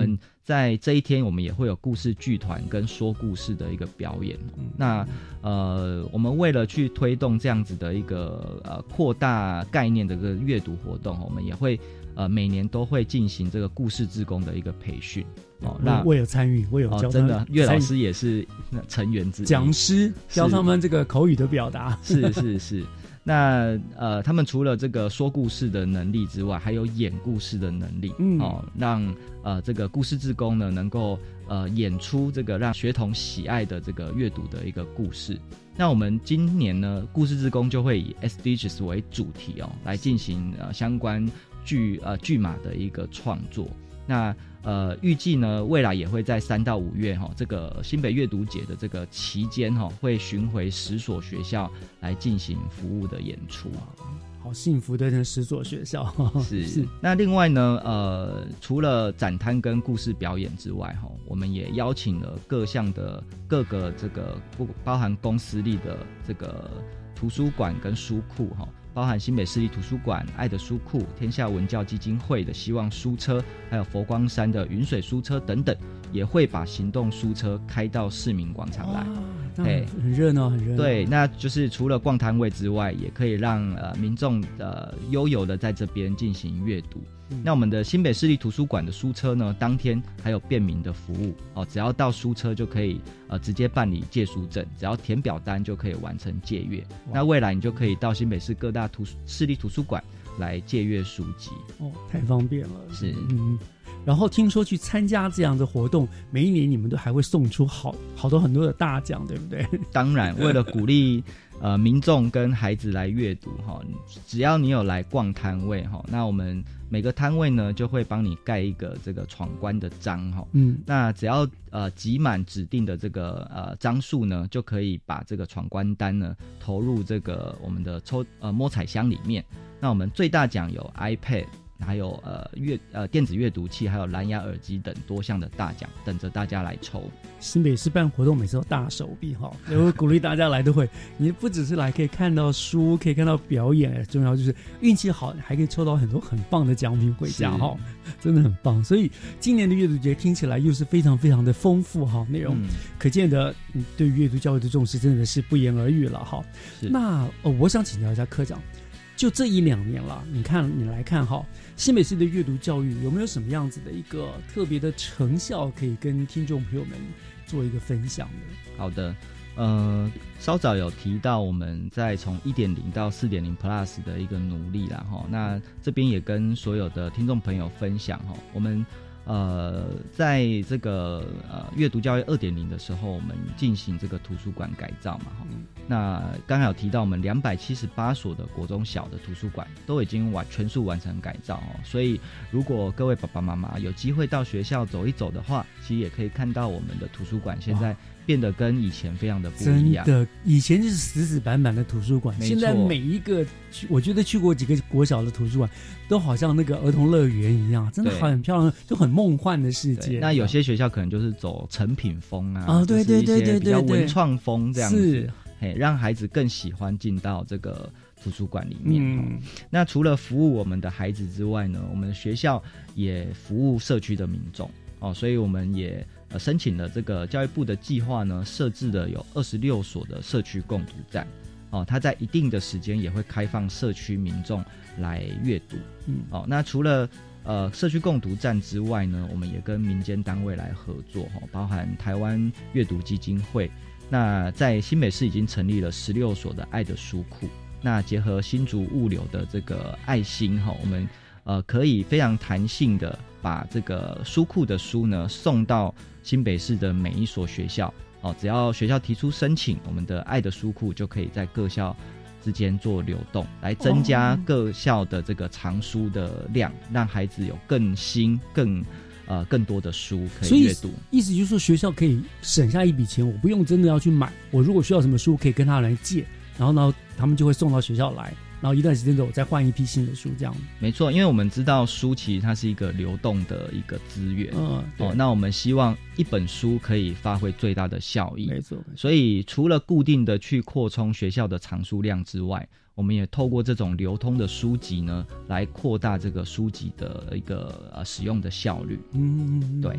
在这一天我们也会有故事剧团跟说故事的一个表演。嗯、那呃，我们为了去推动这样子的一个呃扩大概念的一个阅读活动，我们也会呃每年都会进行这个故事志工的一个培训。 哦，那我有参与，我有教、 哦、真的，岳老师也是成员之一， 讲师教他们这个口语的表达。 是是是。那呃，他们除了这个说故事的能力之外，还有演故事的能力，嗯，哦，让呃这个故事志工呢能够呃演出这个让学童喜爱的这个阅读的一个故事。那我们今年呢，故事志工就会以 S D Gs 为主题哦，来进行呃相关剧呃剧码的一个创作。那呃，预计呢，未来也会在三到五月哈、哦，这个新北阅读节的这个期间哈、哦，会巡回十所学校来进行服务的演出。 好幸福的那十所学校。 是是。那另外呢，呃，除了展摊跟故事表演之外哈、哦，我们也邀请了各项的各个这个不包含公私立的这个图书馆跟书库哈。包含新北市立图书馆、爱的书库、天下文教基金会的希望书车，还有佛光山的云水书车等等，也会把行动书车开到市民广场来。 对，很热闹，很热闹。 对，那就是除了逛摊位之外，也可以让呃民众呃悠游的在这边进行阅读。嗯、那我们的新北市立图书馆的书车呢，当天还有便民的服务哦，只要到书车就可以呃直接办理借书证，只要填表单就可以完成借阅。那未来你就可以到新北市各大图市立图书馆来借阅书籍。 哦，太方便了。 是， 嗯。然后听说去参加这样的活动，每一年你们都还会送出好好多很多的大奖，对不对？ 当然，为了鼓励呃民众跟孩子来阅读哈，只要你有来逛摊位哈，那我们每个摊位呢就会帮你盖一个这个闯关的章哈。嗯，那只要呃集满指定的这个呃章数呢，就可以把这个闯关单呢投入这个我们的抽呃摸彩箱里面。那我们最大奖有 iPad。还有呃阅呃电子阅读器，还有蓝牙耳机等多项的大奖等着大家来抽。 新北市办活动每次都大手笔哈，也会鼓励大家来都会。你不只是来可以看到书，可以看到表演，重要就是运气好，还可以抽到很多很棒的奖品回家哈，真的很棒。所以今年的阅读节听起来又是非常非常的丰富哈，内容、嗯、可见的对于阅读教育的重视真的是不言而喻了哈。那、哦、我想请教一下科长。就这一两年了，你看你来看哈，新北市的阅读教育有没有什么样子的一个特别的成效，可以跟听众朋友们做一个分享的？ 好的，呃，稍早有提到我们在从 一点零 到 四点零 Plus 的一个努力啦哈，那这边也跟所有的听众朋友分享哈，我们呃在这个呃阅读教育 二点零 的时候，我们进行这个图书馆改造嘛哈。嗯，那刚才有提到我们两百七十八所的国中小的图书馆都已经完全数完成改造哦，所以如果各位爸爸妈妈有机会到学校走一走的话，其实也可以看到我们的图书馆现在变得跟以前非常的不一样。 真的，以前就是死死板板的图书馆，现在每一个我觉得去过几个国小的图书馆，都好像那个儿童乐园一样，真的很漂亮，就很梦幻的世界。 那有些学校可能就是走成品风啊， 啊，对对对对对， 比较文创风这样子。 是。 嘿，让孩子更喜欢进到这个图书馆里面、嗯哦。那除了服务我们的孩子之外呢，我们的学校也服务社区的民众哦，所以我们也呃申请了这个教育部的计划呢，设置了有二十六所的社区共读站哦，它在一定的时间也会开放社区民众来阅读。嗯，哦，那除了呃社区共读站之外呢，我们也跟民间单位来合作哈、哦，包含台湾阅读基金会。那在新北市已经成立了十六所的爱的书库，那结合新竹物流的这个爱心哈，我们呃可以非常弹性的把这个书库的书呢送到新北市的每一所学校哦，只要学校提出申请，我们的爱的书库就可以在各校之间做流动，来增加各校的这个藏书的量，让孩子有更新更呃，更多的书可以阅读， 意思就是说学校可以省下一笔钱，我不用真的要去买，我如果需要什么书，可以跟他来借，然后呢，他们就会送到学校来，然后一段时间之后再换一批新的书，这样。 没错，因为我们知道书其实它是一个流动的一个资源，嗯，哦，那我们希望一本书可以发挥最大的效益， 没错。 所以除了固定的去扩充学校的藏书量之外，我们也透过这种流通的书籍呢，来扩大这个书籍的一个呃使用的效率。嗯，对。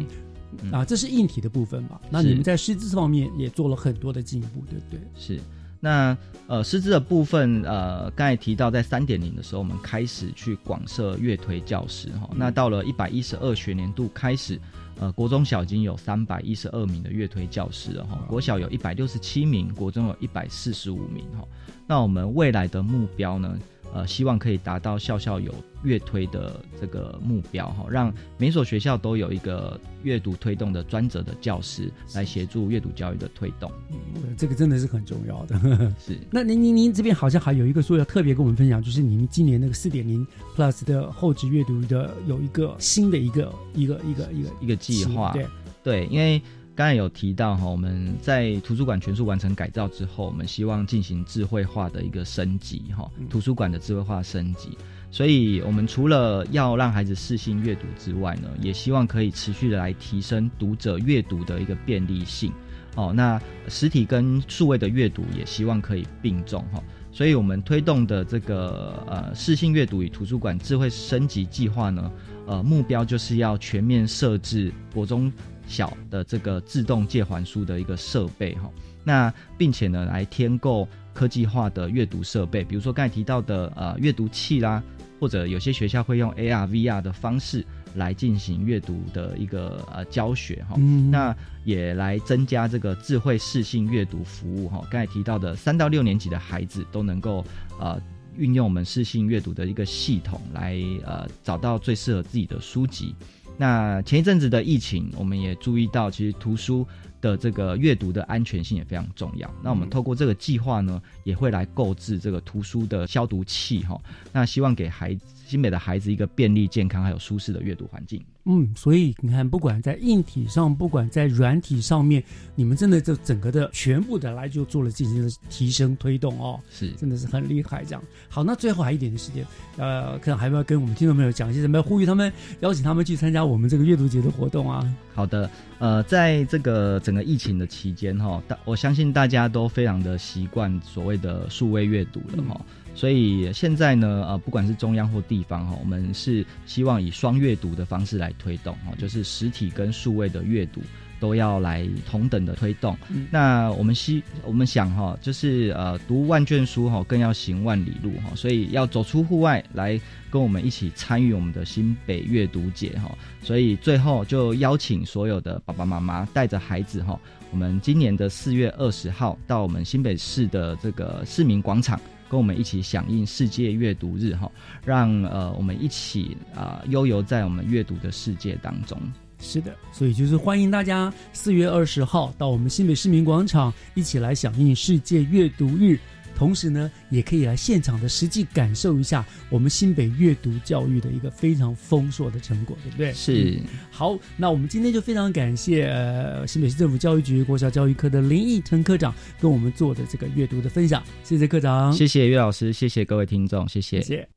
嗯、啊，这是硬体的部分嘛。那你们在师资方面也做了很多的进步，对不对？ 是。那呃，师资的部分，呃，刚才提到在 三点零 的时候，我们开始去广设乐推教室哈、嗯。那到了一百一十二学年度开始，呃，国中小已经有三百一十二名的乐推教师了哈，国小有一百六十七名，国中有一百四十五名哈。那我们未来的目标呢？呃，希望可以达到校校有乐推的这个目标哈，让每所学校都有一个阅读推动的专责的教师来协助阅读教育的推动。 嗯，这个真的是很重要的。 是。 那您您您这边好像还有一个说要特别跟我们分享，就是你们今年那个 四点零 Plus 的后职阅读的有一个新的一个一个一个一个一个计划。 对对，因为刚才有提到哈，我们在图书馆全数完成改造之后，我们希望进行智慧化的一个升级哈，图书馆的智慧化升级。所以我们除了要让孩子适性阅读之外呢，也希望可以持续的来提升读者阅读的一个便利性。哦，那实体跟数位的阅读也希望可以并重哈。所以我们推动的这个呃适性阅读与图书馆智慧升级计划呢，呃目标就是要全面设置国中小的这个自动借还书的一个设备哈，那并且呢来添购科技化的阅读设备，比如说刚才提到的呃阅读器啦，或者有些学校会用 A R V R 的方式来进行阅读的一个呃教学哈、嗯，那也来增加这个智慧适性阅读服务哈，刚才提到的三到六年级的孩子都能够呃运用我们适性阅读的一个系统来呃找到最适合自己的书籍。那前一阵子的疫情，我们也注意到，其实图书的这个阅读的安全性也非常重要。那我们透过这个计划呢，也会来购置这个图书的消毒器哈。那希望给孩子新北的孩子一个便利、健康还有舒适的阅读环境。 嗯，所以你看，不管在硬体上，不管在软体上面，你们真的就整个的全部的来就做了进行了提升推动哦， 是真的是很厉害这样。好，那最后还有一点的时间，呃，可能还要跟我们听众朋友讲一些什么，呼吁他们，邀请他们去参加我们这个阅读节的活动啊。 好的，呃，在这个整个疫情的期间哈，我相信大家都非常的习惯所谓的数位阅读了哈。嗯，所以现在呢，呃，不管是中央或地方哈，我们是希望以双阅读的方式来推动哈，就是实体跟数位的阅读都要来同等的推动。嗯，那我们希我们想哈，就是呃，读万卷书哈，更要行万里路哈，所以要走出户外来跟我们一起参与我们的新北阅读节哈。所以最后就邀请所有的爸爸妈妈带着孩子哈，我们今年的四月二十号到我们新北市的这个市民广场，跟我们一起响应世界阅读日哈，让呃我们一起啊、呃、悠游在我们阅读的世界当中。 是的，所以就是欢迎大家四月二十号到我们新北市民广场一起来响应世界阅读日，同时呢也可以来现场的实际感受一下我们新北阅读教育的一个非常丰硕的成果，对不对？ 是、 嗯、好，那我们今天就非常感谢呃新北市政府教育局国小教育科的林义成科长跟我们做的这个阅读的分享，谢谢科长。 谢谢岳老师，谢谢各位听众，谢谢。 谢谢。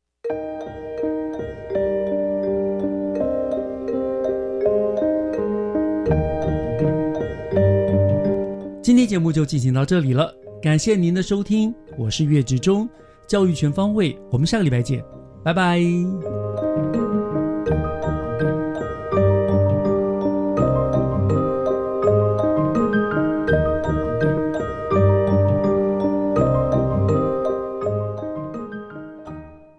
今天节目就进行到这里了，感谢您的收听，我是岳志忠，教育全方位，我们下个礼拜见，拜拜。